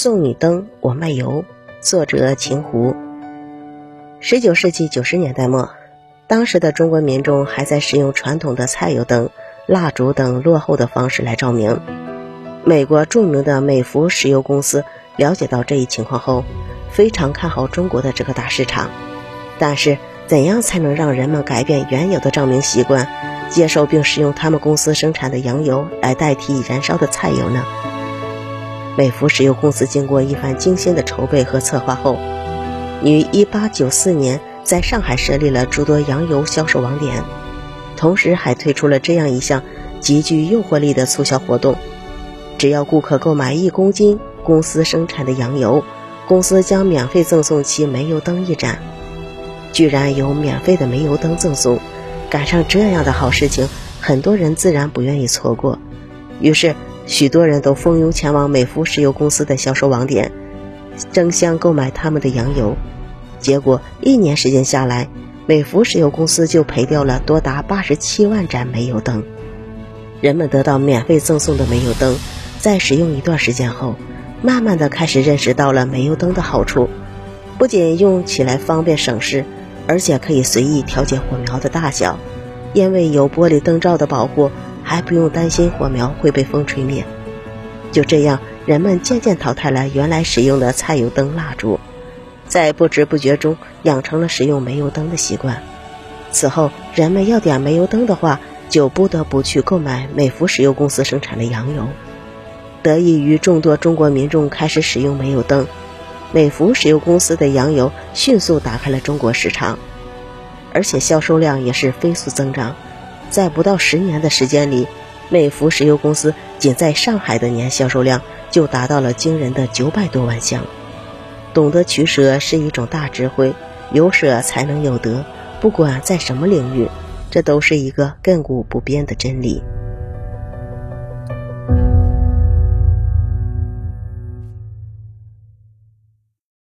送你灯，我卖油。作者秦湖。19世纪90年代末，当时的中国民众还在使用传统的菜油灯、蜡烛等落后的方式来照明。美国著名的美孚石油公司了解到这一情况后，非常看好中国的这个大市场。但是怎样才能让人们改变原有的照明习惯，接受并使用他们公司生产的洋油来代替燃烧的菜油呢？美孚石油公司经过一番精心的筹备和策划后，于1894年在上海设立了诸多洋油销售网点，同时还推出了这样一项极具诱惑力的促销活动：只要顾客购买1公斤公司生产的洋油，公司将免费赠送其煤油灯1盏。居然有免费的煤油灯赠送，赶上这样的好事情，很多人自然不愿意错过。于是许多人都蜂拥前往美孚石油公司的销售网点，争相购买他们的洋油。结果1年时间下来，美孚石油公司就赔掉了多达87万盏煤油灯。人们得到免费赠送的煤油灯，在使用一段时间后，慢慢的开始认识到了煤油灯的好处，不仅用起来方便省事，而且可以随意调节火苗的大小，因为有玻璃灯罩的保护，还不用担心火苗会被风吹灭。就这样，人们渐渐淘汰了原来使用的菜油灯、蜡烛，在不知不觉中养成了使用煤油灯的习惯。此后，人们要点煤油灯的话，就不得不去购买美孚石油公司生产的洋油。得益于众多中国民众开始使用煤油灯，美孚石油公司的洋油迅速打开了中国市场，而且销售量也是飞速增长。在不到10年的时间里，美孚石油公司仅在上海的年销售量就达到了惊人的900多万箱。懂得取舍是一种大智慧，有舍才能有得，不管在什么领域，这都是一个亘古不变的真理。